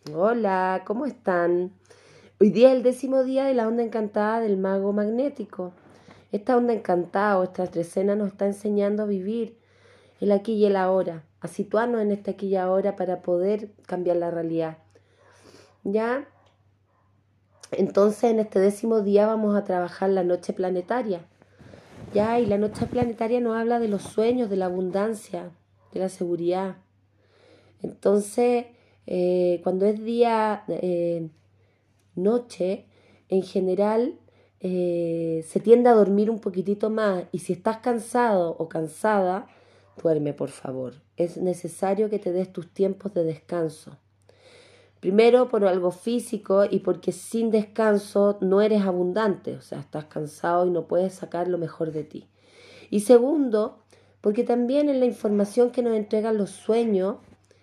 Hola, ¿cómo están? Hoy día es el 10.º día de la onda encantada del mago magnético. Esta onda encantada o esta trecena nos está enseñando a vivir el aquí y el ahora, a situarnos en este aquí y ahora para poder cambiar la realidad. ¿Ya? Entonces en este 10.º día vamos a trabajar la noche planetaria. ¿Ya? Y la noche planetaria nos habla de los sueños, de la abundancia, de la seguridad. Entonces, cuando es día noche, en general se tiende a dormir un poquitito más y si estás cansado o cansada, duerme por favor. Es necesario que te des tus tiempos de descanso. Primero por algo físico y porque sin descanso no eres abundante, o sea, estás cansado y no puedes sacar lo mejor de ti. Y segundo, porque también en la información que nos entregan los sueños,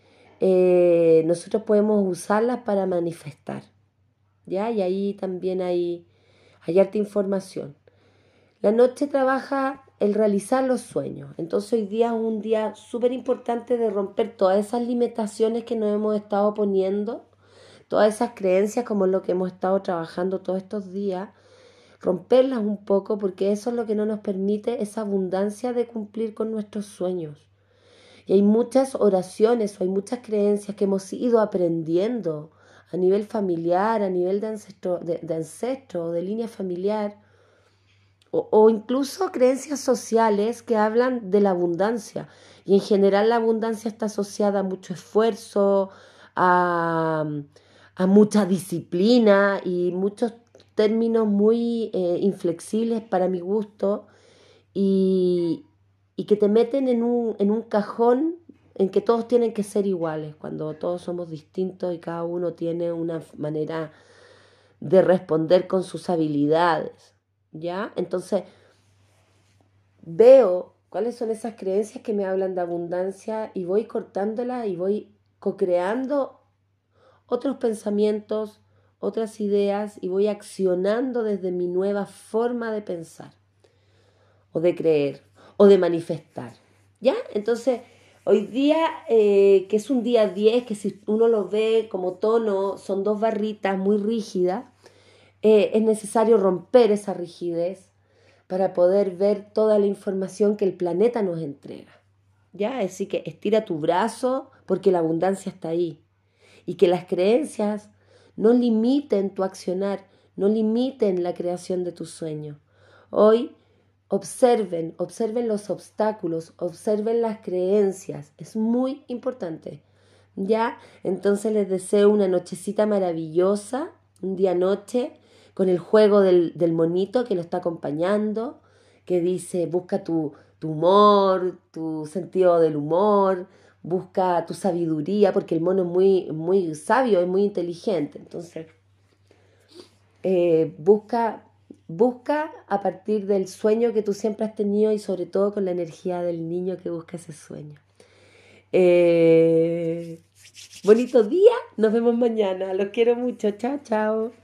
nosotros podemos usarlas para manifestar. ¿Ya? Y ahí también hay harta información. La noche trabaja el realizar los sueños. Entonces hoy día es un día súper importante de romper todas esas limitaciones que nos hemos estado poniendo, todas esas creencias como lo que hemos estado trabajando todos estos días, romperlas un poco porque eso es lo que no nos permite esa abundancia de cumplir con nuestros sueños. Y hay muchas oraciones o hay muchas creencias que hemos ido aprendiendo a nivel familiar, a nivel de ancestro, de línea familiar, o incluso creencias sociales que hablan de la abundancia. Y en general la abundancia está asociada a mucho esfuerzo, a, a mucha disciplina y muchos términos muy inflexibles para mi gusto y, y que te meten en un cajón en que todos tienen que ser iguales, cuando todos somos distintos y cada uno tiene una manera de responder con sus habilidades, ¿ya? Entonces veo cuáles son esas creencias que me hablan de abundancia y voy cortándolas y voy co-creando otros pensamientos, otras ideas y voy accionando desde mi nueva forma de pensar o de creer o de manifestar. ¿Ya? Entonces, hoy día, que es un día 10 que si uno lo ve como tono, son dos barritas muy rígidas, es necesario romper esa rigidez para poder ver toda la información que el planeta nos entrega. ¿Ya? Así que estira tu brazo porque la abundancia está ahí. Y que las creencias no limiten tu accionar, no limiten la creación de tus sueños. Hoy observen los obstáculos, observen las creencias. Es muy importante. ¿Ya? Entonces les deseo una nochecita maravillosa, un día noche, con el juego del monito que lo está acompañando, que dice, busca tu humor, tu sentido del humor, busca tu sabiduría, porque el mono es muy sabio, es muy inteligente. Entonces, busca a partir del sueño que tú siempre has tenido y sobre todo con la energía del niño que busca ese sueño. Eh, Bonito día, nos vemos mañana. Los quiero mucho. Chao, chao.